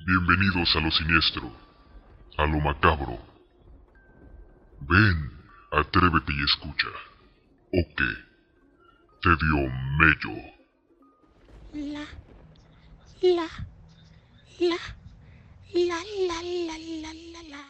Bienvenidos a lo siniestro, a lo macabro. Ven, atrévete y escucha. ¿O qué? Te dio mello. La, la, la, la, la, la, la, la, la.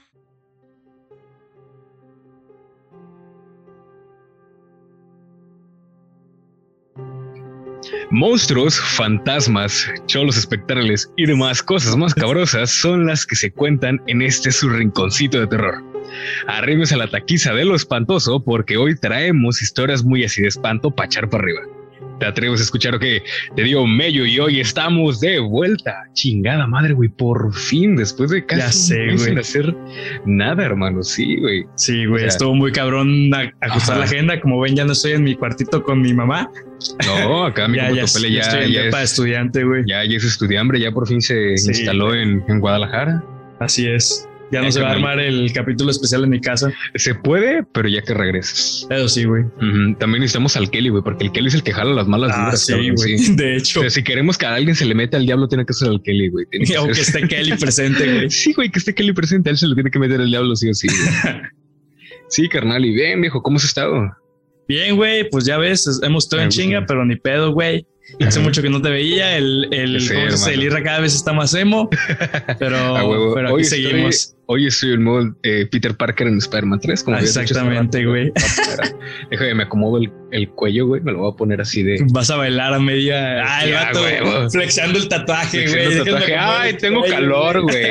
Monstruos, fantasmas, cholos espectrales y demás cosas más cabrosas son las que se cuentan en este su rinconcito de terror. Arrímese a la taquiza de lo espantoso porque hoy traemos historias muy así de espanto para echar para arriba. ¿Te atreves a escuchar o qué? Te dio mello y hoy estamos de vuelta. Chingada madre, güey, por fin, después de casi un mes sin hacer nada, hermano. Sí, güey. Sí, güey, estuvo muy cabrón ajustar la agenda. Como ven, ya no estoy en mi cuartito con mi mamá. No, acá mi ya estoy en prepa de estudiante, güey. Ya es estudiante, ya por fin se instaló en Guadalajara. Así es. Ya no se va a armar el capítulo especial en mi casa. Se puede, pero ya que regreses. Eso sí, güey. También necesitamos al Kelly, güey, porque el Kelly es el que jala las malas vibras. Sí, güey. Sí. De hecho. O sea, si queremos que a alguien se le mete al diablo, tiene que ser al Kelly, güey. O que esté Kelly presente, güey. Sí, güey, que esté Kelly presente. A él se le tiene que meter el diablo, sí o sí. Sí, carnal. Y bien, viejo, ¿cómo has estado? Bien, güey, pues ya ves, hemos estado en chinga, pero ni pedo, güey. Hace mucho que no te veía. El Irra cada vez está más emo, pero aquí hoy seguimos. Hoy estoy en modo Peter Parker en Spider-Man 3. Como exactamente, güey. Déjame, me acomodo el cuello, güey. Me lo voy a poner así de... Vas a bailar a media... el vato güey, flexeando el tatuaje, güey. Ay, tengo calor, güey.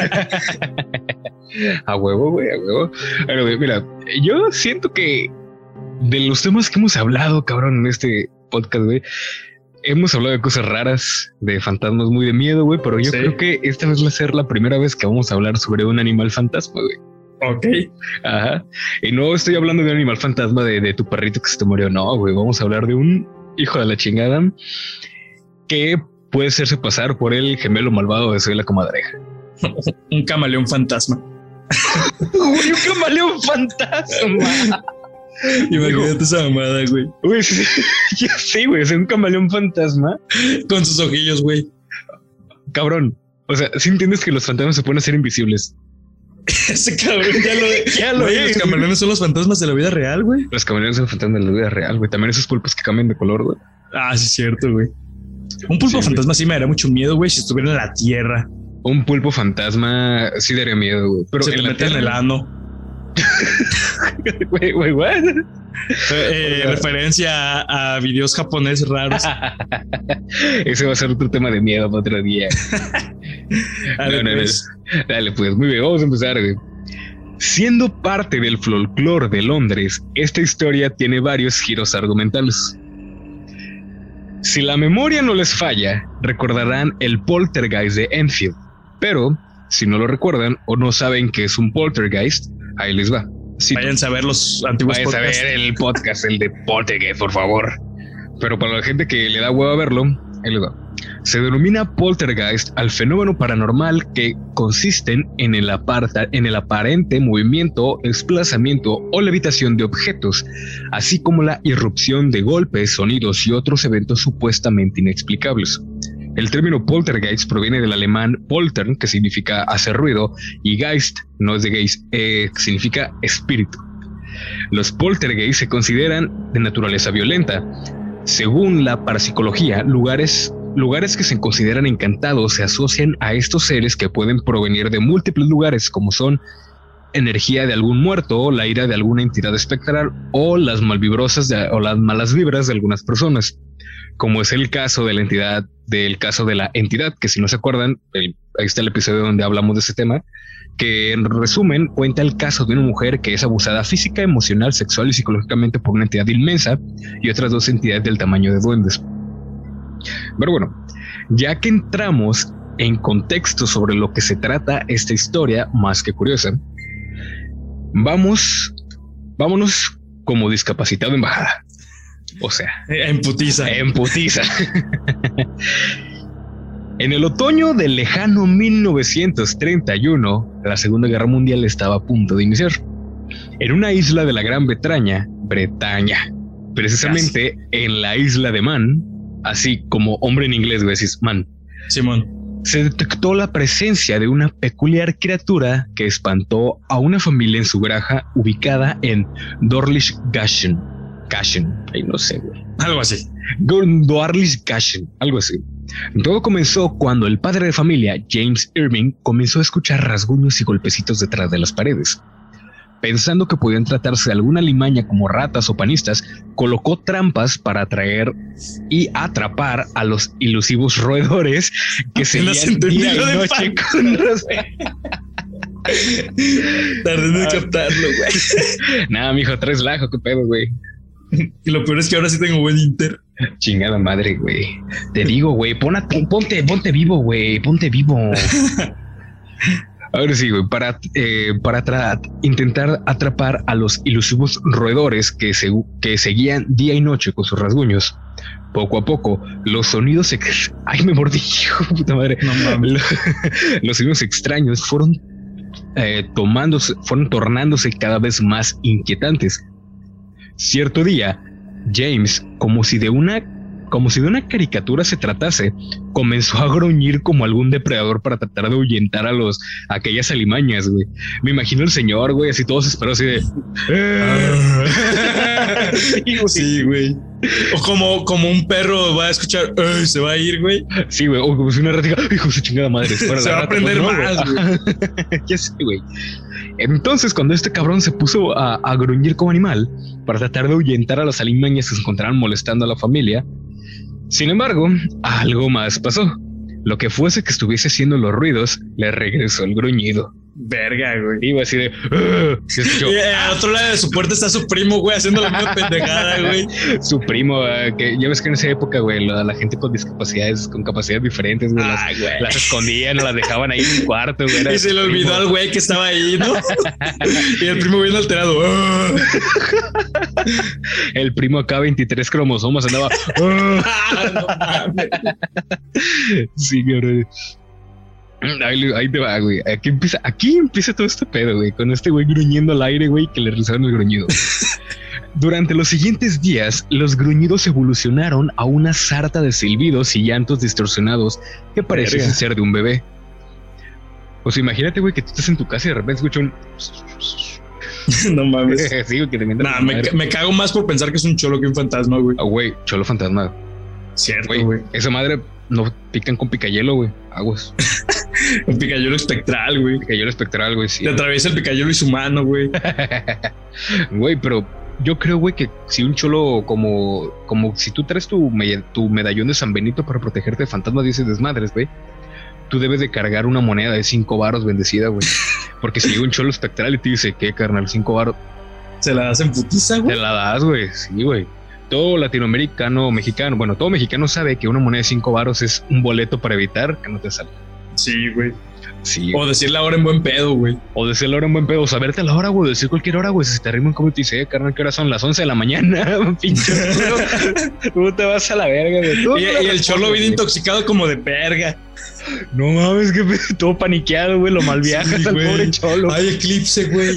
A huevo, güey, a huevo. Bueno, güey, mira, yo siento que de los temas que hemos hablado, cabrón, en este podcast, güey, hemos hablado de cosas raras, de fantasmas muy de miedo, güey, pero yo creo que esta vez va a ser la primera vez que vamos a hablar sobre un animal fantasma, güey. Ok. Ajá. Y no estoy hablando de un animal fantasma de tu perrito que se te murió, no, güey. Vamos a hablar de un hijo de la chingada que puede hacerse pasar por el gemelo malvado de Soy la Comadreja. Un camaleón fantasma. Uy, un camaleón fantasma. Imagínate esa mamada, güey. Güey, ya sí, güey. Es un camaleón fantasma con sus ojillos, güey. Cabrón. O sea, si entiendes que los fantasmas se pueden hacer invisibles. Ese cabrón ya lo es. Los camaleones son los fantasmas de la vida real, güey. Los camaleones son los fantasmas de la vida real, güey. También esos pulpos que cambian de color, güey. Ah, sí, es cierto, güey. Un pulpo fantasma sí me daría mucho miedo, güey, si estuviera en la tierra. Un pulpo fantasma sí daría miedo, güey. Pero se te mete en el ano. Güey, what? Referencia a videos japoneses raros. Ese va a ser otro tema de miedo para otro día. Dale, pues, muy bien, vamos a empezar, güey. Siendo parte del folclore de Londres, esta historia tiene varios giros argumentales. Si la memoria no les falla, recordarán el poltergeist de Enfield, pero si no lo recuerdan o no saben qué es un poltergeist, ahí les va. Sí, vayan a ver los antiguos podcasts. Vayan a ver el podcast, el de Poltergeist, por favor. Pero para la gente que le da huevo a verlo, ahí les va. Se denomina poltergeist al fenómeno paranormal que consisten en el aparente movimiento, desplazamiento o levitación de objetos, así como la irrupción de golpes, sonidos y otros eventos supuestamente inexplicables. El término poltergeist proviene del alemán poltern, que significa hacer ruido, y geist, no es de geist, significa espíritu. Los poltergeist se consideran de naturaleza violenta. Según la parapsicología, lugares que se consideran encantados se asocian a estos seres que pueden provenir de múltiples lugares, como son energía de algún muerto, la ira de alguna entidad espectral o las malvibrosas o las malas vibras de algunas personas, como es el caso de la entidad, que si no se acuerdan, ahí está el episodio donde hablamos de ese tema, que en resumen cuenta el caso de una mujer que es abusada física, emocional, sexual y psicológicamente por una entidad inmensa y otras dos entidades del tamaño de duendes. Pero bueno, ya que entramos en contexto sobre lo que se trata esta historia más que curiosa, vámonos como discapacitado en bajada. O sea, en putiza. En el otoño del lejano 1931, la Segunda Guerra Mundial estaba a punto de iniciar. En una isla de la Gran Bretaña, precisamente en la isla de Man, así como hombre en inglés, güey, decís Man. Simón. se detectó la presencia de una peculiar criatura que espantó a una familia en su granja ubicada en Dordrecht Gashen. Ay, no sé, güey. Algo así. Dordrecht Gashen, algo así. Todo comenzó cuando el padre de familia, James Irving, comenzó a escuchar rasguños y golpecitos detrás de las paredes. Pensando que podían tratarse de alguna alimaña como ratas o panistas, colocó trampas para atraer y atrapar a los ilusivos roedores que seguían día y noche con Tardé en captarlo, güey. Nada, mijo, traes lajo, qué pedo, güey. Y lo peor es que ahora sí tengo buen inter. Chingada madre, güey. Te digo, güey, ponte vivo, güey, ponte vivo. Ahora sí, güey, para intentar atrapar a los ilusivos roedores que seguían día y noche con sus rasguños. Poco a poco, los sonidos... ¡Ay, me mordí, hijo de puta madre! No mames. Los sonidos extraños fueron tornándose cada vez más inquietantes. Cierto día, James, como si de una caricatura se tratase, comenzó a gruñir como algún depredador para tratar de ahuyentar a aquellas alimañas, güey. Me imagino el señor, güey, así todo se esperó así de... Sí, güey. O como un perro va a escuchar, se va a ir, güey. Sí, güey. O como si una ratita, hijo de su chingada madre. Se va a aprender más, güey. Ya sé, güey. Entonces, cuando este cabrón se puso a gruñir como animal para tratar de ahuyentar a las alimañas que se encontraban molestando a la familia, sin embargo, algo más pasó. Lo que fuese que estuviese haciendo los ruidos, le regresó el gruñido. Verga, güey. Iba así de... Y al otro lado de su puerta está su primo, güey, haciendo la misma pendejada, güey. Su primo, que ya ves que en esa época, güey, la gente con discapacidades, con capacidades diferentes, güey, las escondían o las dejaban ahí en un cuarto, güey. Y se le olvidó al güey que estaba ahí, ¿no? Y el primo bien alterado. El primo acá 23 cromosomas andaba... No mames. Sí, cabrón. Ahí te va, güey. Aquí empieza todo este pedo, güey. Con este güey gruñendo al aire, güey, que le realizaron el gruñido. Durante los siguientes días, los gruñidos evolucionaron a una sarta de silbidos y llantos distorsionados que parecían ser de un bebé. O sea, imagínate, güey, que tú estás en tu casa y de repente escuchas un... No mames. Sí, güey, que te mientas. Me cago más por pensar que es un cholo que un fantasma, güey. Güey, cholo fantasma. Cierto, güey. Esa madre no pican con picayelo, güey. Aguas. Un picayelo espectral, güey. Picayelo espectral, güey, sí. Te atraviesa el picayelo y su mano, güey. Güey, pero yo creo, güey, que si un cholo como si tú traes tu medallón de San Benito para protegerte de fantasmas y esas desmadres, güey, tú debes de cargar una moneda de 5 varos bendecida, güey. Porque si llega un cholo espectral y te dice, ¿qué, carnal? 5 varos. ¿Se la das en putiza, güey? Te la das, güey. Sí, güey. Todo latinoamericano, mexicano, bueno, todo mexicano sabe que una moneda de 5 varos es un boleto para evitar que no te salga. Sí, güey. Sí. O decir la hora en buen pedo, güey. O decir la hora en buen pedo, o saberte la hora, güey, decir cualquier hora, güey. Si te arriman como te dice, carnal, ¿qué hora son? Las 11 de la mañana, pinche. Tú te vas a la verga, güey. Y el cholo viene intoxicado como de verga. No mames, que todo paniqueado, güey. Lo malviajas sí, al pobre cholo. Hay eclipse, güey.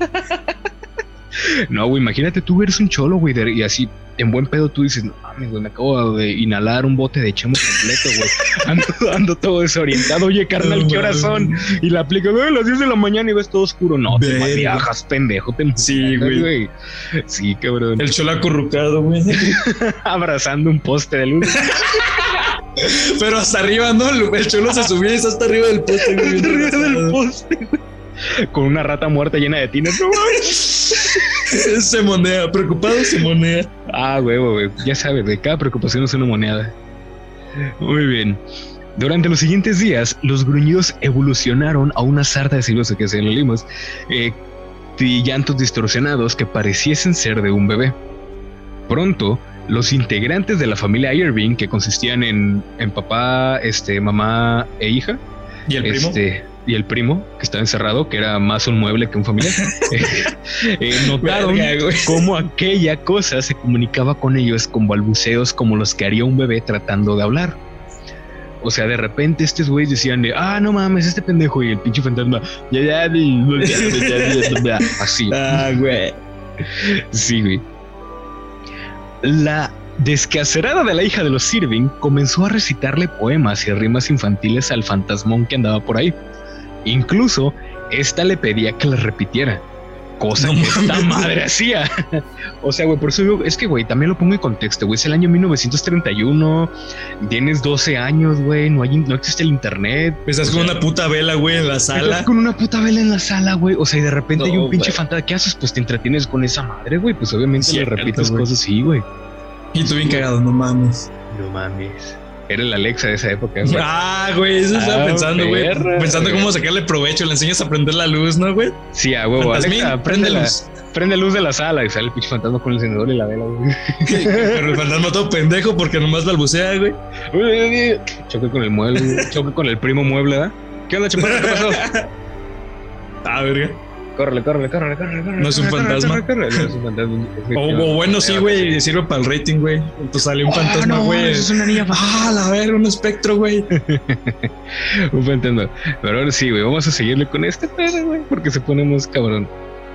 No, güey, imagínate, tú eres un cholo, güey, y así, en buen pedo, tú dices, no mames, güey, me acabo de inhalar un bote de chemo completo, güey. Ando todo desorientado. Oye, carnal, ¿qué horas son? Y la aplico, güey, las 10 de la mañana y ves todo oscuro. No, te malviajas, pendejo. Sí, güey. Sí, cabrón. El cholo acurrucado, güey. Abrazando un poste de luz. Pero hasta arriba, ¿no? El cholo se subía y está hasta arriba del poste, güey. Hasta arriba del poste, güey. Con una rata muerta llena de tines. No mames. Se monea, preocupado se monea. Ah, güey. Ya sabes, de cada preocupación es una moneda. Muy bien. Durante los siguientes días, los gruñidos evolucionaron a una sarta de silbidos que se leímos, y llantos distorsionados que pareciesen ser de un bebé. Pronto, los integrantes de la familia Irving, que consistían en papá, mamá e hija, ¿y el primo? Y el primo, que estaba encerrado, que era más un mueble que un familiar, notaron cómo aquella cosa se comunicaba con ellos con balbuceos como los que haría un bebé tratando de hablar. O sea, de repente estos güeyes decían de, no mames, este pendejo, y el pinche fantasma, así. Güey. Sí, güey. Descacerada de la hija de los Sirving, comenzó a recitarle poemas y rimas infantiles al fantasmón que andaba por ahí. Incluso, esta le pedía que las repitiera, cosa que esta madre hacía. O sea, güey, por eso digo, es que, güey, también lo pongo en contexto, güey, es el año 1931, tienes 12 años, güey, no existe el internet. Estás con una puta vela, güey, en la sala. Estás con una puta vela en la sala, güey, o sea, y de repente hay un pinche fantasma. ¿Qué haces? Pues te entretienes con esa madre, güey, pues obviamente le repites cosas así, güey. Y tú bien cagado, no mames. No mames. Era el Alexa de esa época, güey. Güey, eso estaba pensando, güey. Pensando cómo sacarle provecho. Le enseñas a prender la luz, ¿no, güey? Sí, a huevo. Alexa, prende luz. Prende luz de la sala y sale el pinche fantasma con el encendedor y la vela, güey. Pero el fantasma todo pendejo porque nomás balbucea, güey. Choque con el mueble, choque con el primo mueble, ¿verdad? ¿Qué onda, chaparro? ¿Qué pasó? Verga. Córrele. No es un fantasma. No es un fantasma. O bueno, sí, güey. Sirve para el rating, güey. Entonces sale un fantasma, güey. Es una niña fantasma. La verga, un espectro, güey. Un fantasma. Pero ahora sí, güey. Vamos a seguirle con este pedo, güey. Porque se pone más cabrón.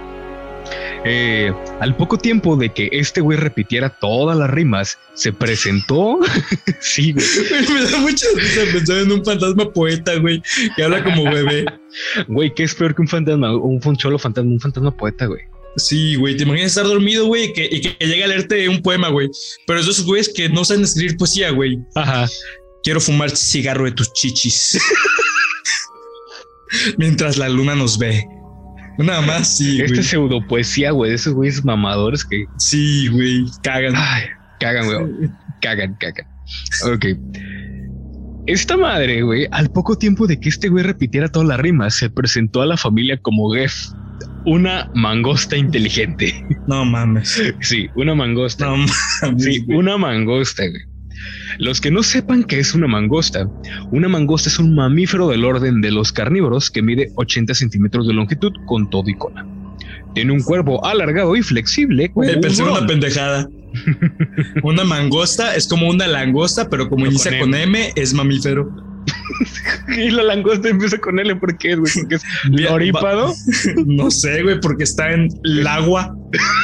Al poco tiempo de que este güey repitiera todas las rimas, se presentó. Sí, güey. Me da mucha risa pensar en un fantasma poeta, güey, que habla como bebé. Güey, ¿qué es peor que un fantasma? Un cholo fantasma, un fantasma poeta, güey. Sí, güey, te imaginas estar dormido, güey, y que llegue a leerte un poema, güey. Pero esos güeyes que no saben escribir poesía, güey. Ajá. Quiero fumar cigarro de tus chichis. Mientras la luna nos ve. Nada más, sí, güey. Esta pseudopoesía, güey, de esos güeyes mamadores que... Sí, güey, cagan. Ay, cagan, güey. Cagan. Ok. Esta madre, güey, al poco tiempo de que este güey repitiera todas las rimas, se presentó a la familia como Geff, una mangosta inteligente. No mames. Sí, una mangosta. No mames. Sí, una mangosta, güey. Los que no sepan qué es una mangosta es un mamífero del orden de los carnívoros que mide 80 centímetros de longitud con todo y cola. Tiene un cuerpo alargado y flexible. Pensé una pendejada. Una mangosta es como una langosta, pero como inicia con M, es mamífero. Y la langosta empieza con L, ¿por qué, güey? Porque es lorípado. No sé, güey, porque está en el agua.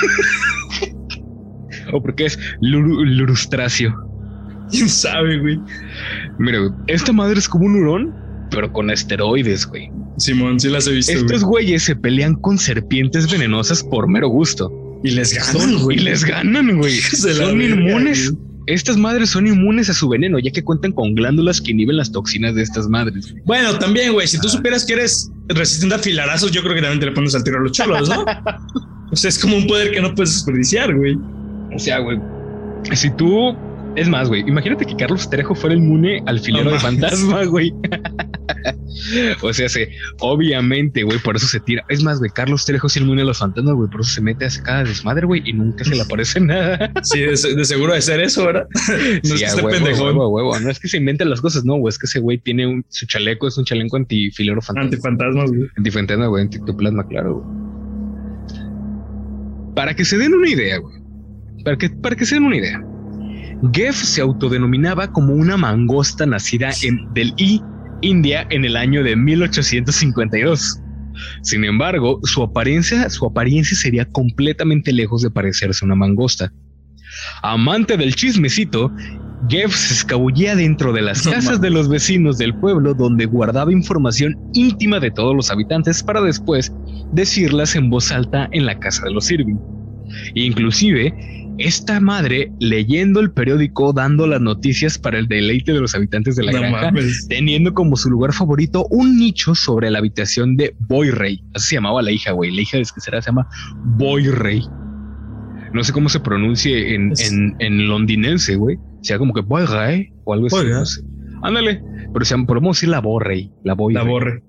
O porque es lurustracio. ¿Quién sabe, güey? Mira, güey, esta madre es como un hurón, pero con esteroides, güey. Simón, sí las he visto. Estos güeyes se pelean con serpientes venenosas por mero gusto. Y les ganan, güey. Son inmunes. Estas madres son inmunes a su veneno, ya que cuentan con glándulas que inhiben las toxinas de estas madres. Bueno, también, güey, si tú supieras que eres resistente a filarazos, yo creo que también te le pones al tiro a los cholos, ¿no? O sea, es como un poder que no puedes desperdiciar, güey. O sea, güey, si tú... Es más, güey, imagínate que Carlos Trejo fuera inmune al filero de fantasma, güey. O sea, obviamente, güey, por eso se tira. Es más, güey, Carlos Trejo es inmune a los fantasmas, güey, por eso se mete a cada desmadre, güey, y nunca se le aparece nada. Sí, de seguro de ser eso, ¿verdad? No sí, es que esté pendejón. Huevo. No es que se inventen las cosas, no, güey, es que ese güey tiene su chaleco, es un chaleco antifilero fantasma. Antifantasmas, güey. Antifantasma, güey, antitoplasma, claro, güey. Para que se den una idea, güey. Para que se den una idea. Geff se autodenominaba como una mangosta nacida del India en el año de 1852. Sin embargo, su apariencia sería completamente lejos de parecerse a una mangosta. Amante del chismecito, Geff se escabullía dentro de las casas de los vecinos del pueblo, donde guardaba información íntima de todos los habitantes para después decirlas en voz alta en la casa de los Irving. Inclusive, esta madre leyendo el periódico, dando las noticias para el deleite de los habitantes de la granja, teniendo como su lugar favorito un nicho sobre la habitación de Boy Ray. Así se llamaba la hija, güey. La hija de que será se llama Boy Ray. No sé cómo se pronuncie en londinense, güey. Sea como que Boy Ray o algo así. No sé. Ándale. Pero podemos decir la Borre. La Borre.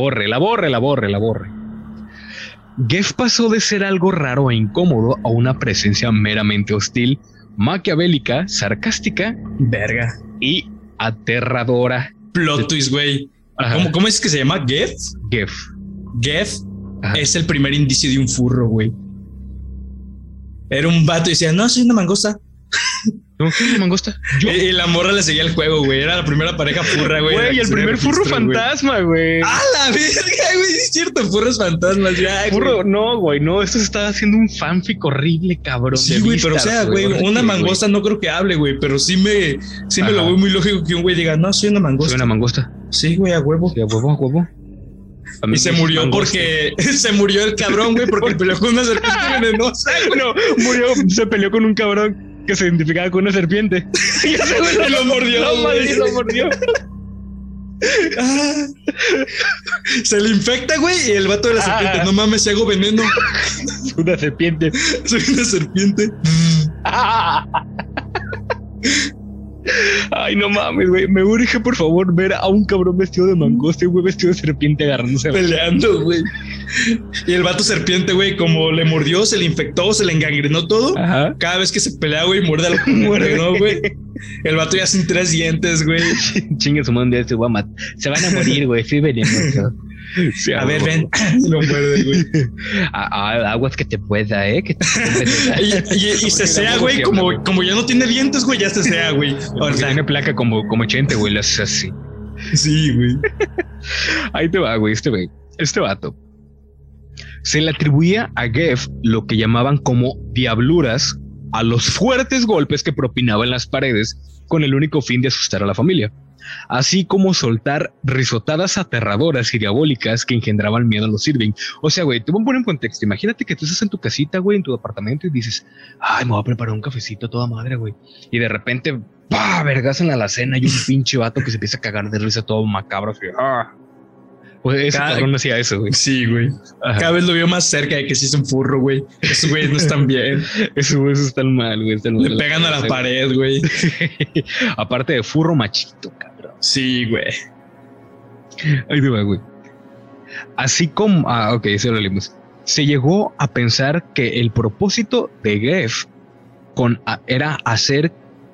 Geff pasó de ser algo raro e incómodo a una presencia meramente hostil, maquiavélica, sarcástica, verga, y aterradora. Plot twist, güey. ¿Cómo es que se llama? ¿Geff? Geff es el primer indicio de un furro, güey. Era un vato y decía, no, soy una mangosta. No, ¿qué es una mangosta? Y la morra le seguía el juego, güey. Era la primera pareja furra, güey. Güey, el primer furro fantasma, güey. ¡Ah, la verga, güey! Es cierto, furros fantasmas, ya. Furro, no, güey, no. Esto se está haciendo un fanfic horrible, cabrón. Sí, güey, pero o sea, güey, una mangosta no creo que hable, güey. Pero sí me lo veo muy lógico que un güey diga, no, soy una mangosta. Soy una mangosta. Sí, güey, a huevo. Sí, a huevo. Y se murió porque se murió el cabrón, güey, porque peleó con una serpiente venenosa. Bueno, se peleó con un cabrón que se identificaba con una serpiente. Y ese güey lo mordió. Lo mordió. Se le infecta, güey, y el vato de la serpiente. No mames, si hago veneno. Una serpiente. Soy una serpiente. Ay, no mames, güey. Me urge, por favor, ver a un cabrón vestido de mangosta y un güey vestido de serpiente agarrándose. Peleando, güey. Y el vato serpiente, güey, como le mordió, se le infectó, se le engangrenó todo. Ajá. Cada vez que se pelea, güey, muerde a lo que muerde, ¿no, güey? El vato ya sin 3 dientes, güey. Chinga su madre, se van a morir, güey. Sí, venenoso. Sí, a ver, ven. Lo muerde, güey. Aguas que te pueda, que te y se sea, güey, como ya no tiene dientes, güey, ya se sea, güey. O sea, tiene placa como Chente, güey, lo haces así. Sí, güey. Ahí te va, güey, este vato. Se le atribuía a Geff lo que llamaban como diabluras a los fuertes golpes que propinaba en las paredes con el único fin de asustar a la familia, así como soltar risotadas aterradoras y diabólicas que engendraban miedo a los Irving. O sea, güey, te voy a poner en contexto. Imagínate que tú estás en tu casita, güey, en tu apartamento y dices, ay, me voy a preparar un cafecito a toda madre, güey. Y de repente, ¡pah! Vergas en la alacena y un pinche vato que se empieza a cagar de risa todo macabro. Así, ¡ah! Pues ese cabrón hacía eso, güey. Sí, güey. Ajá. Cada vez lo veo más cerca de que sí es un furro, güey. Esos güeyes no están bien. Esos están mal, güey. Le pegan a la pared, güey. Aparte de furro machito, cabrón. Sí, güey. Ahí te va, güey. Así como... ok, eso lo leímos. Se llegó a pensar que el propósito de Geff era hacer...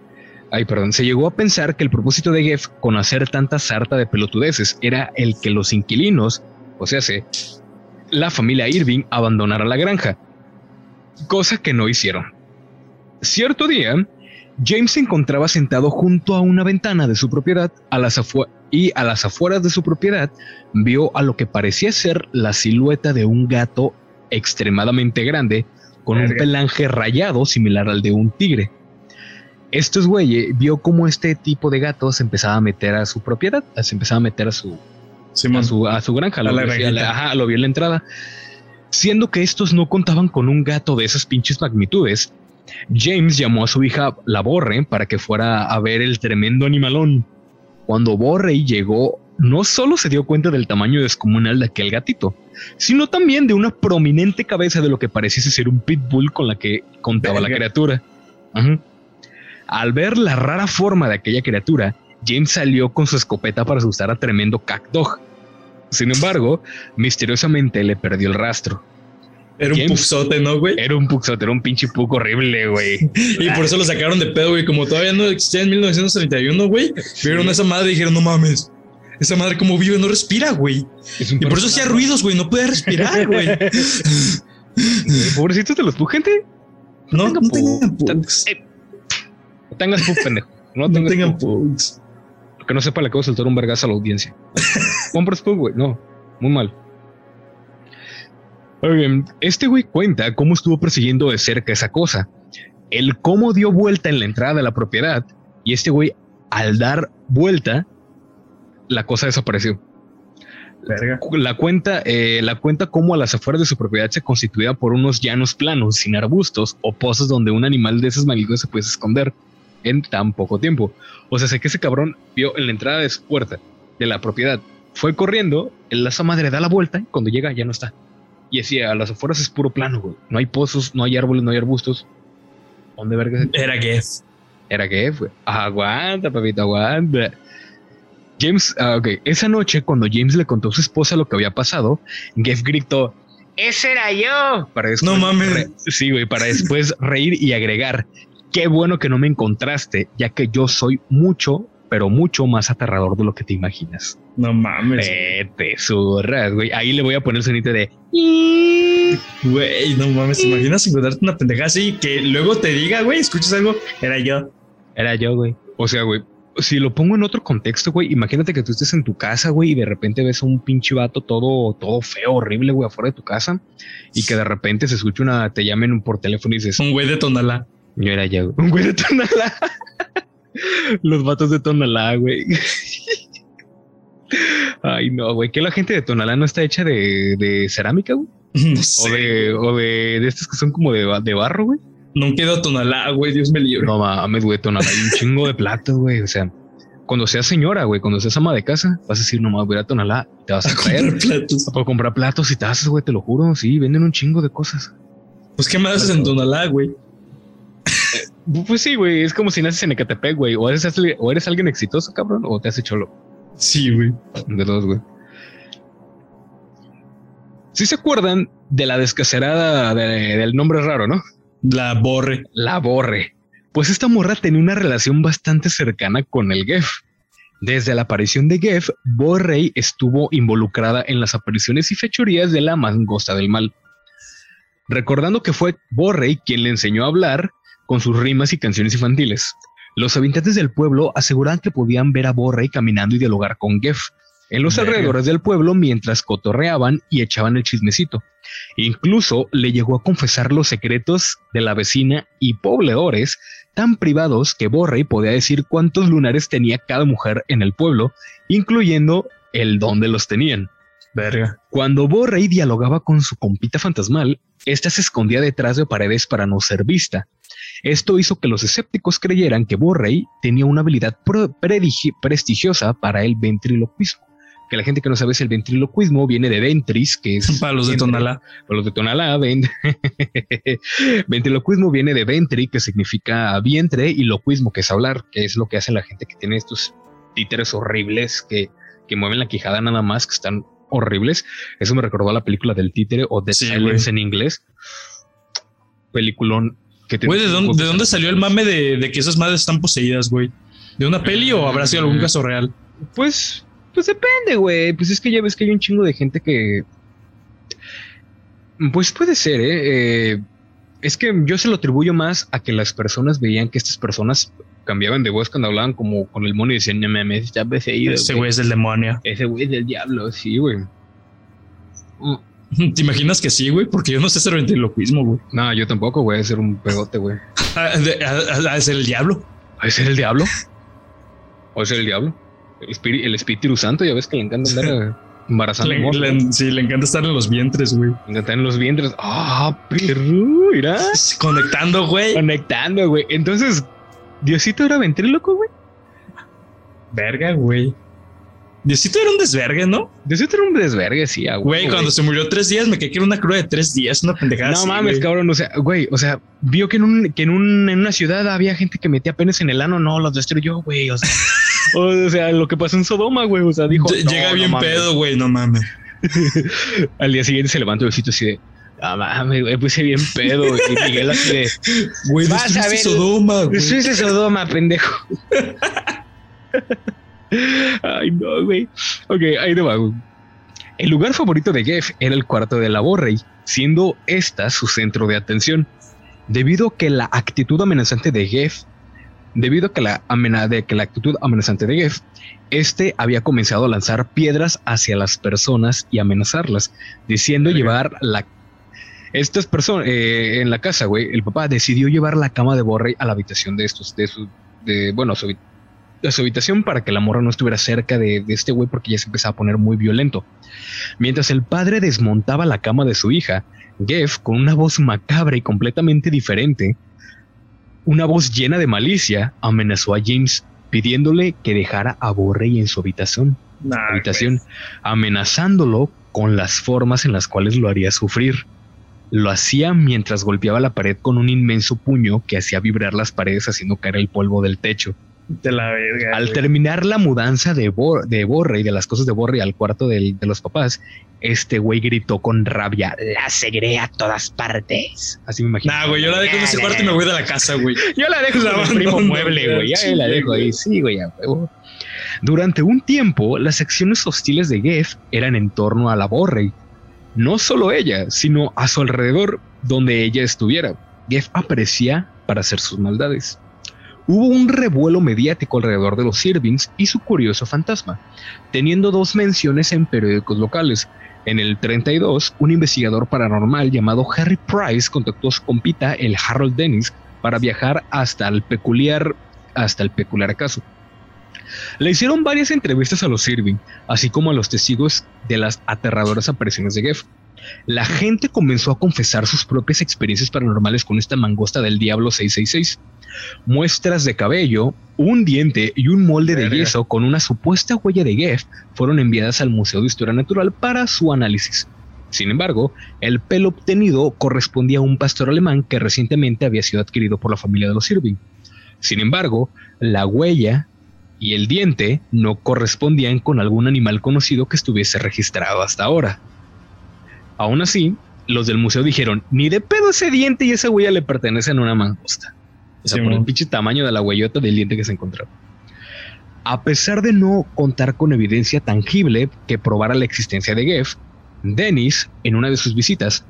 Se llegó a pensar que el propósito de Geff con hacer tanta sarta de pelotudeces era el que los inquilinos, o sea, la familia Irving, abandonara la granja, cosa que no hicieron. Cierto día, James se encontraba sentado junto a una ventana de su propiedad y a las afueras de su propiedad vio a lo que parecía ser la silueta de un gato extremadamente grande con un pelaje rayado similar al de un tigre. Estos güeyes vio cómo este tipo de gatos se empezaba a meter a su propiedad, se empezaba a meter a su granja, lo vio en la entrada. Siendo que estos no contaban con un gato de esas pinches magnitudes, James llamó a su hija la Borre para que fuera a ver el tremendo animalón. Cuando Borre llegó, no solo se dio cuenta del tamaño descomunal de aquel gatito, sino también de una prominente cabeza de lo que pareciese ser un pitbull con la que contaba la criatura. Ajá. Al ver la rara forma de aquella criatura, James salió con su escopeta para asustar a tremendo Cackdog. Sin embargo, misteriosamente le perdió el rastro. Era un puxote, ¿no, güey? Era un puxote, era un pinche pug horrible, güey. Y por eso lo sacaron de pedo, güey. Como todavía no existía en 1931, güey. Vieron a esa madre y dijeron, no mames. Esa madre como vive, no respira, güey. Y por eso hacía ruidos, güey. No puede respirar, güey. Pobrecitos de los pug, gente. No tengan pugs. No tengas pug, pendejo. No tengan pugs. Que no sepa, le acabo de soltar un vergazo a la audiencia. Compras pug, güey. No, muy mal. Oigan, este güey cuenta cómo estuvo persiguiendo de cerca esa cosa. El cómo dio vuelta en la entrada de la propiedad. Y este güey, al dar vuelta, la cosa desapareció. Verga. La cuenta cómo a las afueras de su propiedad se constituía por unos llanos planos, sin arbustos o pozos donde un animal de esas malignas se puede esconder en tan poco tiempo. O sea, sé que ese cabrón vio en la entrada de su puerta de la propiedad, fue corriendo, esa madre da la vuelta y cuando llega ya no está. Y decía, a las afueras es puro plano, güey. No hay pozos, no hay árboles, no hay arbustos. ¿Dónde verga? Era Geff. Era Geff, güey. Aguanta, papito, aguanta. James, esa noche cuando James le contó a su esposa lo que había pasado, Geff gritó, ¡ese era yo! Para después, no mames. Sí, güey, para después reír y agregar, qué bueno que no me encontraste, ya que yo soy mucho, pero mucho más aterrador de lo que te imaginas. No mames. Te zurras, güey. Ahí le voy a poner el sonito de... Güey, no mames. ¿Te imaginas encontrarte una pendeja así que luego te diga, güey, escuchas algo? Era yo. Era yo, güey. O sea, güey, si lo pongo en otro contexto, güey, imagínate que tú estés en tu casa, güey, y de repente ves a un pinche vato todo feo, horrible, güey, afuera de tu casa, y que de repente se escucha te llamen por teléfono y dices... Un güey de Tonalá. Yo era yo. Un güey de Tonalá. Los vatos de Tonalá, güey. Ay, no, güey, que la gente de Tonalá no está hecha de cerámica, güey. No sé. O de estos que son como de barro, güey. Nunca he ido a Tonalá, güey, Dios me libre. No mames, güey, Tonalá hay un chingo de platos, güey. O sea, cuando seas señora, güey, cuando seas ama de casa, vas a decir, nomás voy a Tonalá, te vas a traer platos. A comprar platos y tazas, güey, te lo juro. Sí, venden un chingo de cosas. Pues, ¿qué más haces en Tonalá, güey? Pues sí, güey, es como si naces en Ecatepec, güey. O eres alguien exitoso, cabrón, o te haces cholo. Sí, güey. De dos, güey. ¿Sí se acuerdan de la descacerada del nombre raro, no? La Borre. La Borre. Pues esta morra tenía una relación bastante cercana con el Gef. Desde la aparición de Gef, Borrey estuvo involucrada en las apariciones y fechorías de la mangosta del mal. Recordando que fue Borrey quien le enseñó a hablar con sus rimas y canciones infantiles. Los habitantes del pueblo aseguraban que podían ver a Borrey caminando y dialogar con Gef en los alrededores del pueblo mientras cotorreaban y echaban el chismecito. Incluso le llegó a confesar los secretos de la vecina y pobladores tan privados que Borrey podía decir cuántos lunares tenía cada mujer en el pueblo, incluyendo el dónde los tenían. Verga. Cuando Borrey dialogaba con su compita fantasmal, esta se escondía detrás de paredes para no ser vista. Esto hizo que los escépticos creyeran que Borrey tenía una habilidad prestigiosa para el ventriloquismo. Que la gente que no sabe si el ventriloquismo viene de ventris, que es... Para los de Tonalá. Para los de Tonalá, ventriloquismo viene de ventri, que significa vientre, y loquismo, que es hablar, que es lo que hace la gente que tiene estos títeres horribles que mueven la quijada nada más, que están horribles. Eso me recordó a la película del títere o Dead Silence en inglés. Peliculón. Güey, ¿de dónde salió el mame de que esas madres están poseídas, güey? ¿De una peli o habrá sido algún caso real? Pues depende, güey. Pues es que ya ves que hay un chingo de gente que... Pues puede ser, es que yo se lo atribuyo más a que las personas veían que estas personas cambiaban de voz cuando hablaban como con el mono y decían, no mames, está poseído. Ese güey es del demonio. Ese güey es del diablo, sí, güey. ¿Te imaginas que sí, güey? Porque yo no sé hacer ventriloquismo, güey. No, yo tampoco, güey. A ser un pegote, güey. ¿A ser el diablo? ¿A ser el diablo? ¿O ser el diablo? El Espíritu Santo, ya ves que le encanta andar embarazando. Sí, le encanta estar en los vientres, güey. Le encanta en los vientres. Perro, mira. Conectando, güey. Conectando, güey. Entonces, ¿Diosito era ventríloco, güey? Verga, güey. Diosito era un desvergue, ¿no? Diosito era un desvergue, sí, güey. Cuando se murió 3 días, me quedé que era una cruda de 3 días, una pendejada. No así, mames, cabrón. O sea, güey, vio que en una ciudad había gente que metía penes en el ano. No, los destruyó, güey. O sea, lo que pasó en Sodoma, güey. O sea, dijo. Llega bien pedo, güey, no mames. Al día siguiente se levantó Diosito así de. Ah, mames, güey, puse bien pedo. Y Miguel así de. Güey, destruiste Sodoma, güey. Destruiste Sodoma, pendejo. Ay, no, güey. Ok, ahí te va, güey. El lugar favorito de Gef era el cuarto de la Borrey, siendo esta su centro de atención. Debido a que la actitud amenazante de Gef, este había comenzado a lanzar piedras hacia las personas y amenazarlas, diciendo llevar estas personas en la casa, güey. El papá decidió llevar la cama de Borrey a la habitación a su habitación para que la morra no estuviera cerca de este güey porque ya se empezaba a poner muy violento. Mientras el padre desmontaba la cama de su hija, Gef, con una voz macabra y completamente diferente, una voz llena de malicia, amenazó a James pidiéndole que dejara a Borrey en su habitación, amenazándolo con las formas en las cuales lo haría sufrir. Lo hacía mientras golpeaba la pared con un inmenso puño que hacía vibrar las paredes haciendo caer el polvo del techo. De la verga. Al terminar la mudanza de Borrey, de las cosas de Borrey al cuarto de los papás, este güey gritó con rabia: la seguiré a todas partes. Así me imagino. Nah, güey, yo la dejo en ese cuarto y me voy de la casa, güey. Yo la dejo en el primo mueble, güey. Ya la dejo ahí. Sí, güey, ya, güey. Durante un tiempo, las acciones hostiles de Gef eran en torno a la Borrey. No solo ella, sino a su alrededor, donde ella estuviera. Gef aparecía para hacer sus maldades. Hubo un revuelo mediático alrededor de los Irvings y su curioso fantasma, teniendo 2 menciones en periódicos locales. En el 32, un investigador paranormal llamado Harry Price contactó a su compita, el Harold Dennis, para viajar hasta el peculiar caso. Le hicieron varias entrevistas a los Irving, así como a los testigos de las aterradoras apariciones de Geff. La gente comenzó a confesar sus propias experiencias paranormales con esta mangosta del diablo 666. Muestras de cabello, un diente y un molde de yeso con una supuesta huella de Geff fueron enviadas al Museo de Historia Natural para su análisis. Sin embargo, el pelo obtenido correspondía a un pastor alemán que recientemente había sido adquirido por la familia de los Irving. Sin embargo, la huella y el diente no correspondían con algún animal conocido que estuviese registrado hasta ahora. Aún así, los del museo dijeron, ni de pedo ese diente y esa huella le pertenecen a una mangosta. O sea, por el pinche tamaño de la huellota del diente que se encontró. A pesar de no contar con evidencia tangible que probara la existencia de Geff, Dennis, en una de sus visitas,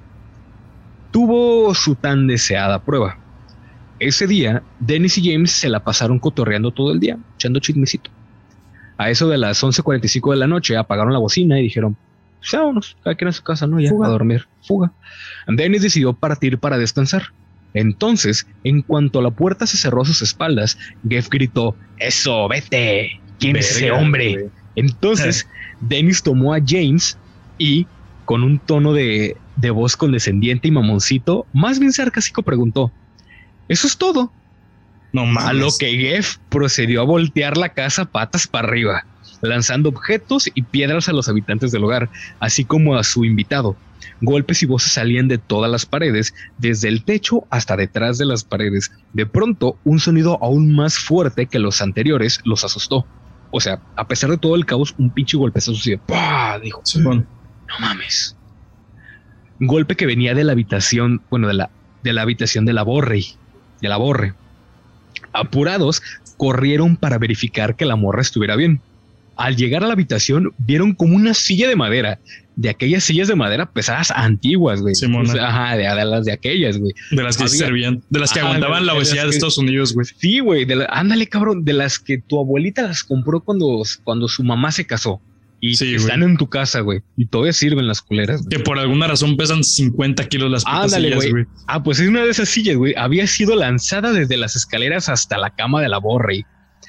tuvo su tan deseada prueba. Ese día, Dennis y James se la pasaron cotorreando todo el día, echando chismecito. A eso de las 11:45 de la noche apagaron la bocina y dijeron, pues vámonos, cada quien a su casa, ¿no? Ya, a dormir, fuga. Dennis decidió partir para descansar. Entonces, en cuanto la puerta se cerró a sus espaldas, Geff gritó, ¡eso, vete! ¿Quién es ese hombre? Güey. Entonces, Dennis tomó a James y, con un tono de voz condescendiente y mamoncito, más bien sarcástico, preguntó, ¿eso es todo? No mames. A lo que Geff procedió a voltear la casa patas para arriba, lanzando objetos y piedras a los habitantes del hogar, así como a su invitado. Golpes y voces salían de todas las paredes, desde el techo hasta detrás de las paredes. De pronto, un sonido aún más fuerte que los anteriores los asustó. O sea, a pesar de todo el caos, un pinche golpezazo así de ¡pah! Dijo, sí. No mames. Golpe que venía de la habitación, bueno, de la habitación de la Borre. Apurados, corrieron para verificar que la morra estuviera bien. Al llegar a la habitación, vieron como una silla de madera, de aquellas sillas de madera pesadas antiguas, güey. O sea, ajá, de las de aquellas, güey. De las que servían, de las que aguantaban la obesidad de Estados Unidos, güey. Sí, güey, ándale, cabrón, de las que tu abuelita las compró cuando su mamá se casó. Y sí, están en tu casa, güey. Y todavía sirven las culeras. Que por alguna razón pesan 50 kilos las sillas, güey. Ah, pues es una de esas sillas, güey. Había sido lanzada desde las escaleras hasta la cama de la Borre.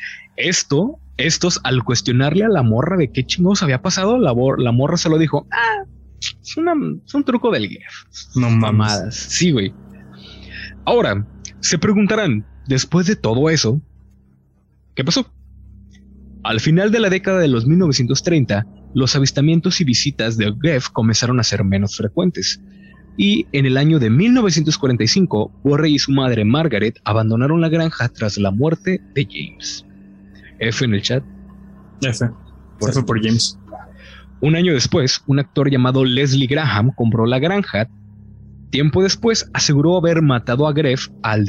Estos, al cuestionarle a la morra de qué chingados había pasado, la morra solo dijo, es un truco del Geff. No mamadas. Sí, güey. Ahora, se preguntarán, después de todo eso, ¿qué pasó? Al final de la década de los 1930, los avistamientos y visitas de Geff comenzaron a ser menos frecuentes. Y en el año de 1945, Borre y su madre Margaret abandonaron la granja tras la muerte de James. F en el chat. F por James. Un año después, un actor llamado Leslie Graham compró la granja. Tiempo después, aseguró haber matado a Geff el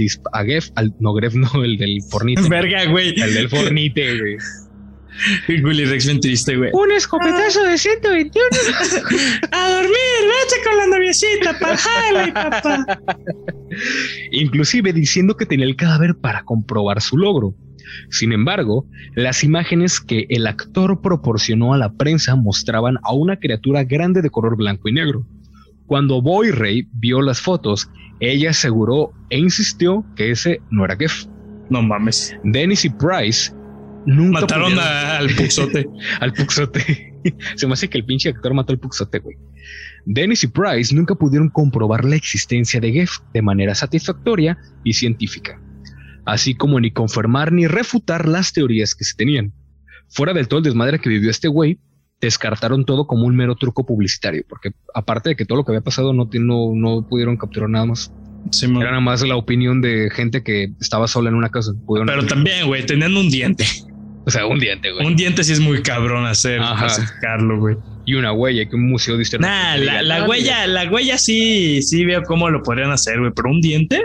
del fornite. Verga, güey. El del fornite, güey. Willy Rex bien triste, güey. Un escopetazo de 121. A dormir, vete con la noviecita, pajale, papá. Inclusive diciendo que tenía el cadáver para comprobar su logro. Sin embargo, las imágenes que el actor proporcionó a la prensa mostraban a una criatura grande de color blanco y negro. Cuando Boy-Ray vio las fotos, ella aseguró e insistió que ese no era Geff. No mames. Dennis y Price nunca mataron al Puxote. Al Puxote. Se me hace que el pinche actor mató al Puxote, güey. Dennis y Price nunca pudieron comprobar la existencia de Geff de manera satisfactoria y científica, así como ni confirmar ni refutar las teorías que se tenían. Fuera del todo el desmadre que vivió este güey, descartaron todo como un mero truco publicitario, porque aparte de que todo lo que había pasado no pudieron capturar nada más. Sí, era nada más la opinión de gente que estaba sola en una casa. Pero también, güey, tenían un diente. O sea, un diente, güey. Un diente sí es muy cabrón sacarlo, güey. Y una huella, que un museo de historia. Nah, la huella sí veo cómo lo podrían hacer, güey. Pero un diente,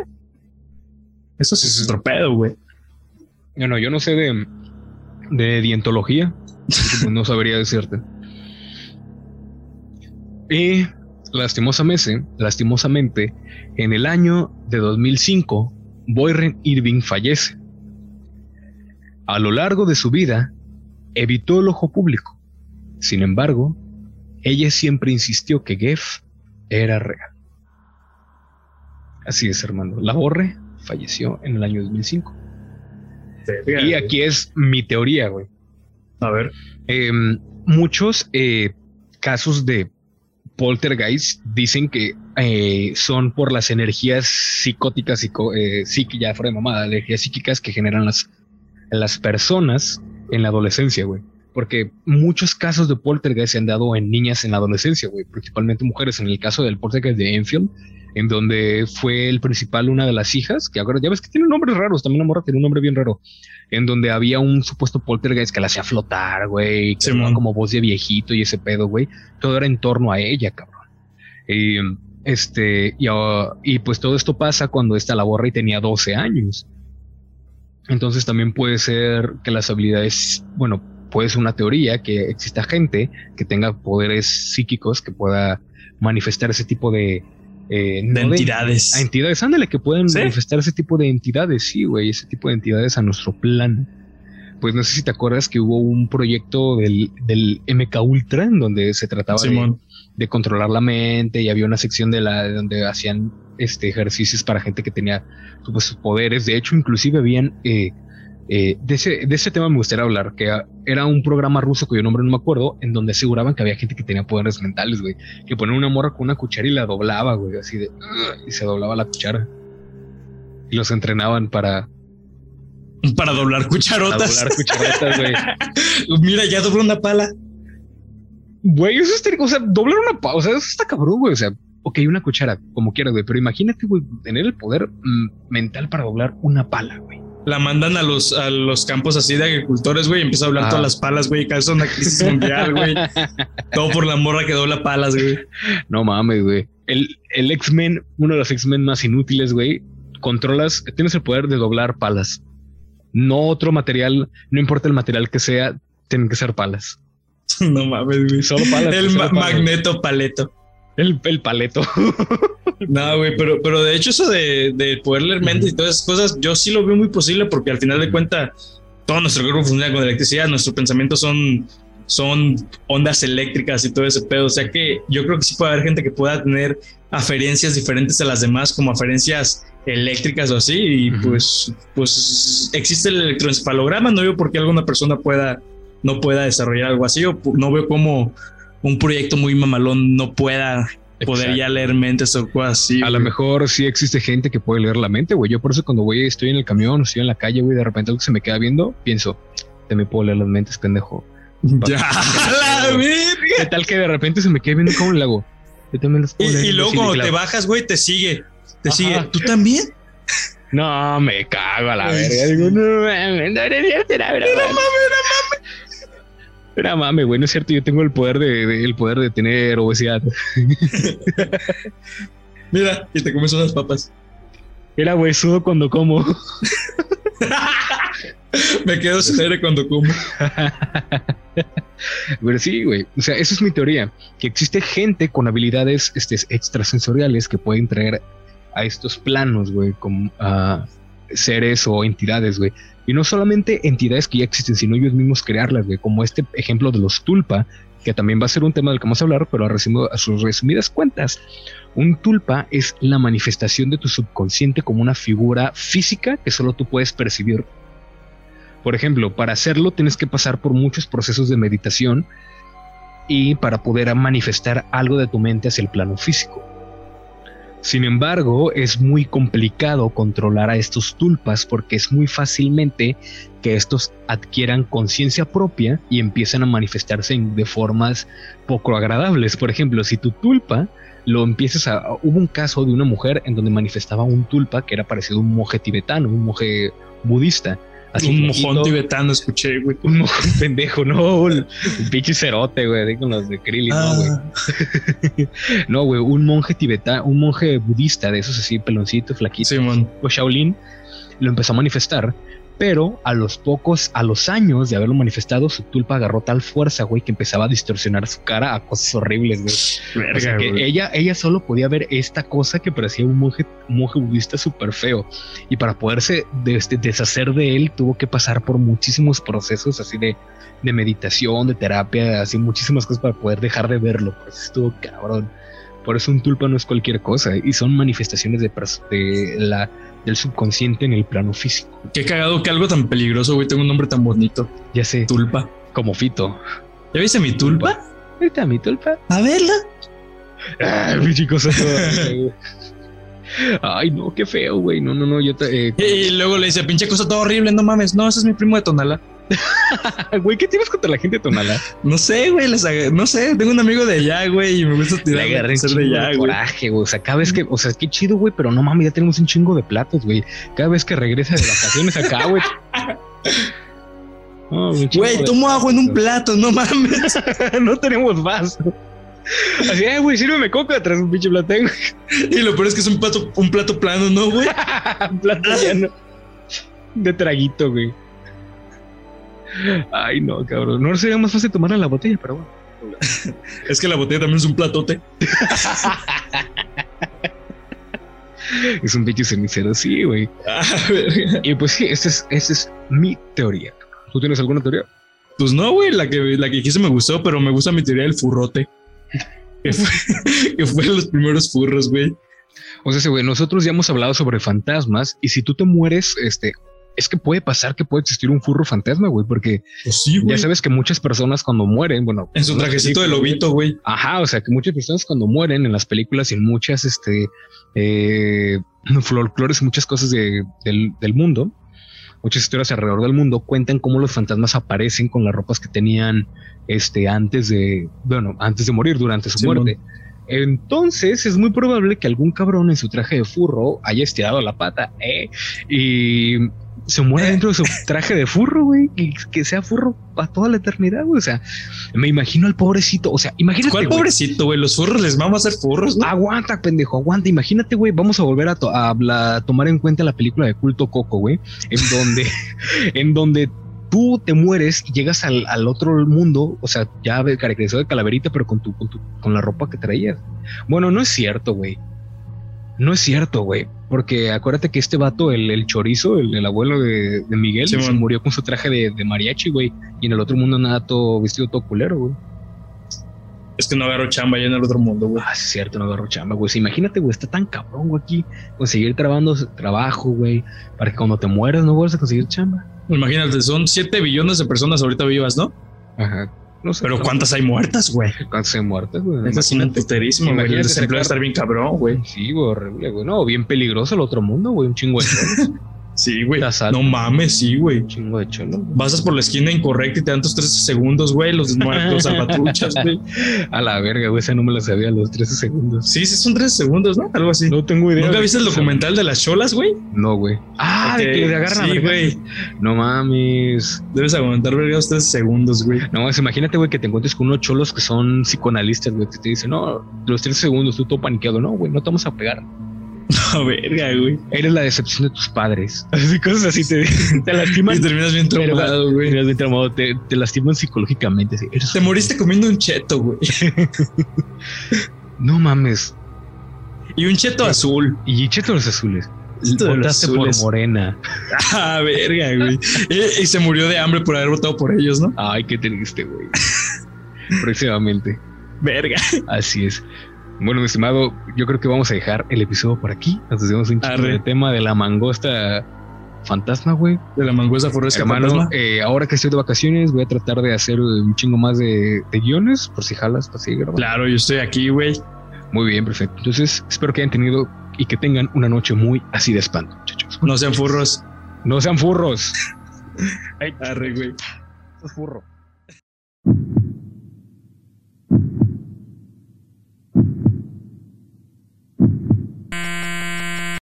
eso sí es otro pedo, güey. Bueno, yo no sé de dientología. No sabría decirte. Y lastimosamente, en el año de 2005, Boyren Irving fallece. A lo largo de su vida, evitó el ojo público. Sin embargo, ella siempre insistió que Geff era real. Así es, hermano. Laborre falleció en el año 2005. Y aquí es mi teoría, güey. A ver. Muchos casos de poltergeist dicen que son por las energías psicóticas, ya fuera de mamada, energías psíquicas que generan las personas en la adolescencia, güey. Porque muchos casos de poltergeist se han dado en niñas en la adolescencia, güey, principalmente mujeres. En el caso del poltergeist de Enfield, en donde fue el principal una de las hijas, que ahora ya ves que tiene nombres raros, también la morra tiene un nombre bien raro, en donde había un supuesto poltergeist que la hacía flotar, güey, que era como voz de viejito y ese pedo, güey. Todo era en torno a ella, cabrón. Y pues todo esto pasa cuando esta la borra y tenía 12 años. Entonces también puede ser que las habilidades, bueno, puede ser una teoría que exista gente que tenga poderes psíquicos que pueda manifestar ese tipo de entidades. Entidades, ándale, que pueden manifestar ese tipo de entidades, sí, güey, ese tipo de entidades a nuestro plan. Pues no sé si te acuerdas que hubo un proyecto del MK Ultra en donde se trataba de controlar la mente, y había una sección donde hacían ejercicios para gente que tenía sus poderes. De hecho, inclusive habían de ese tema me gustaría hablar, que era un programa ruso cuyo nombre no me acuerdo, en donde aseguraban que había gente que tenía poderes mentales, güey, que ponía una morra con una cuchara y la doblaba, güey, así de y se doblaba la cuchara y los entrenaban para doblar cucharotas. Para doblar cucharotas, güey. Mira, ya dobló una pala. Güey, eso es, o sea, doblar una pala, o sea, eso está cabrón, güey, o sea, ok, una cuchara, como quieras, güey, pero imagínate, güey, tener el poder mental para doblar una pala, güey. La mandan a los campos así de agricultores, güey, y empieza a doblar todas las palas, güey, causa una crisis mundial, güey. Todo por la morra que dobla palas, güey. No mames, güey. El X-Men, uno de los X-Men más inútiles, güey, tienes el poder de doblar palas. No otro material, no importa el material que sea, tienen que ser palas. No mames, güey. Solo palas. El magneto paleto. El paleto. No, güey, pero de hecho eso de poder leer mentes y todas esas cosas, yo sí lo veo muy posible, porque al final de cuentas todo nuestro cuerpo funciona con electricidad, nuestros pensamientos son ondas eléctricas y todo ese pedo. O sea que yo creo que sí puede haber gente que pueda tener aferencias diferentes a las demás, como aferencias eléctricas o así, y pues existe el electroencefalograma. No veo por qué alguna persona no pueda desarrollar algo así, o no veo cómo un proyecto muy mamalón no pueda poder ya leer mentes o cosas así. A lo mejor sí existe gente que puede leer la mente, güey. Yo por eso cuando estoy en el camión, estoy en la calle, güey, de repente algo se me queda viendo, pienso, también puedo leer las mentes, pendejo. Ya, la verga. ¿Qué tal que de repente se me quede viendo como el lago? Yo también los puedo leer. Y luego cuando te bajas, güey, te sigue. ¿Tú también? No, me cago a la verga. Digo, no debería ser, Era mame, güey, no es cierto, yo tengo el poder de tener obesidad. Mira, y te comes unas papas. Era huesudo cuando como. Me quedo sin aire cuando como. Pero sí, güey, o sea, esa es mi teoría, que existe gente con habilidades extrasensoriales que pueden traer a estos planos, güey, como seres o entidades, güey. Y no solamente entidades que ya existen, sino ellos mismos crearlas, güey, como este ejemplo de los tulpa, que también va a ser un tema del que vamos a hablar, pero a sus resumidas cuentas, un tulpa es la manifestación de tu subconsciente como una figura física que solo tú puedes percibir. Por ejemplo, para hacerlo tienes que pasar por muchos procesos de meditación y para poder manifestar algo de tu mente hacia el plano físico. Sin embargo, es muy complicado controlar a estos tulpas porque es muy fácilmente que estos adquieran conciencia propia y empiezan a manifestarse de formas poco agradables. Por ejemplo, si tu tulpa hubo un caso de una mujer en donde manifestaba un tulpa que era parecido a un monje tibetano, un monje budista. Así un mojón tibetano, escuché, güey. Un mojón pendejo, no, un pinche cerote, güey, con los de Krillin, no, güey. No, güey, un monje tibetano, un monje budista de esos así, peloncito, flaquito, sí, man. O Shaolin, lo empezó a manifestar Pero a los años de haberlo manifestado, su tulpa agarró tal fuerza, güey, que empezaba a distorsionar su cara a cosas horribles, güey. Verga, O sea, que güey. ella solo podía ver esta cosa que parecía un monje budista súper feo. Y para poderse deshacer de él, tuvo que pasar por muchísimos procesos así de meditación, de terapia, así muchísimas cosas para poder dejar de verlo. Pues estuvo cabrón. Por eso un tulpa no es cualquier cosa y son manifestaciones del subconsciente en el plano físico. Qué cagado que algo tan peligroso, güey, tenga un nombre tan bonito. Ya sé, Tulpa. como Fito. ¿Ya viste mi tulpa? Ahorita mi tulpa. A verla. Ay, mi chico. Ay, no, qué feo, güey. No, yo te. Y luego le dice, pinche cosa toda horrible, no mames. No, ese es mi primo de Tonala. Güey, ¿qué tienes contra la gente de Tonalá? No sé, güey, no sé, tengo un amigo de allá, güey, y me gusta Le tirar agarré un ser chingo de de allá, güey. coraje, güey. O sea, cada vez que, o sea, qué chido, güey, pero no mames, ya tenemos un chingo de platos, güey. Cada vez que regresa de vacaciones acá, güey. No, un chingo Güey, de tomo agua en un platos. plato, no mames. No tenemos vaso. Así, güey, sírveme coca tras un pinche plato, güey. Y lo peor es que es un plato plano, ¿no, güey? Un plato lleno de traguito, güey. Ay, no, cabrón. No sería más fácil tomar la botella, pero bueno. Es que la botella también es un platote. Es un pinche cenicero, sí, güey. Y pues sí, esa es mi teoría. ¿Tú tienes alguna teoría? Pues no, güey, la que dijiste me gustó, pero me gusta mi teoría del furrote. Que fue los primeros furros, güey. O sea, sí, güey, nosotros ya hemos hablado sobre fantasmas y si tú te mueres, es que puede pasar que puede existir un furro fantasma, güey, porque Pues sí, güey. ya sabes que muchas personas cuando mueren, bueno, En su trajecito de lobito, güey. ajá, o sea, que muchas personas cuando mueren en las películas y en muchas, folclores y muchas cosas del mundo, muchas historias alrededor del mundo cuentan cómo los fantasmas aparecen con las ropas que tenían, antes de morir, durante su Sí, muerte. Entonces es muy probable que algún cabrón en su traje de furro haya estirado la pata, y se muera dentro de su traje de furro, güey, y que sea furro para toda la eternidad, güey. O sea, me imagino al pobrecito, o sea, imagínate. ¿Cuál güey. pobrecito, güey? Los furros les vamos a hacer furros, ¿no? Aguanta, pendejo, aguanta. Imagínate, güey, vamos a volver a tomar en cuenta la película de culto Coco, güey, en donde tú te mueres y llegas al otro mundo, o sea, ya caracterizado de calaverita, pero con la ropa que traías. Bueno, no es cierto, güey. No es cierto, güey. Porque acuérdate que este vato, el chorizo, el abuelo de Miguel, Sí, se murió con su traje de mariachi, güey. Y en el otro mundo nada, todo vestido todo culero, güey. Es que no agarro chamba ya en el otro mundo, güey. Ah, es cierto, no agarro chamba, güey. Sí, imagínate, güey, está tan cabrón, güey, aquí conseguir trabajo, güey, para que cuando te mueras no vuelvas a conseguir chamba. Imagínate, son 7 billones de personas ahorita vivas, ¿no? Ajá. No sé. Pero ¿cuántas hay muertas, güey? ¿Cuántas hay muertas, güey? Eso es un puterísimo, güey. El imagínate desempleo va a estar bien cabrón, güey. Sí, güey, horrible, güey. No, bien peligroso el otro mundo, güey. Un chingo de cholos. Sí, güey. Te asaltan. No mames, sí, güey. Un chingo de cholos. Pasas por la esquina incorrecta y te dan tus 13 segundos, güey. Los salvatruchas, güey. A la verga, güey. Esa no me la sabía, los 13 segundos. Sí, son 13 segundos, ¿no? Algo así. No tengo idea. ¿Nunca viste el documental de las cholas, güey? No, güey. Ah, de que le agarran Sí, a güey. No mames. Debes aguantar vergados 13 segundos, güey. No, imagínate, güey, que te encuentres con unos cholos que son psicoanalistas, güey, que te dicen, no, los 13 segundos, tú todo paniqueado. No, güey, no te vamos a pegar. No, verga, güey. Eres la decepción de tus padres. Así, cosas así te lastiman. Y terminas bien traumado, güey. Terminas bien traumado, te lastiman psicológicamente. Así. Te moriste comiendo un cheto, güey. No mames. Y un cheto azul. Y chetos los azules. Cheto de los Votaste por azules. Morena. Ah, verga, güey. Y se murió de hambre por haber votado por ellos, ¿no? Ay, qué triste, güey. Próximamente. Verga. Así es. Bueno, mi estimado, yo creo que vamos a dejar el episodio por aquí. Nos decimos un chingo Arre. de tema de la mangosta fantasma, güey. De la manguesa forresca Hermano, fantasma. ahora que estoy de vacaciones, voy a tratar de hacer un chingo más de guiones, por si jalas, para seguir grabando. Claro, yo estoy aquí, güey. Muy bien, perfecto. Entonces, espero que hayan tenido y que tengan una noche muy así de espanto, muchachos. No sean furros. No sean furros. Arre, güey. Es furro.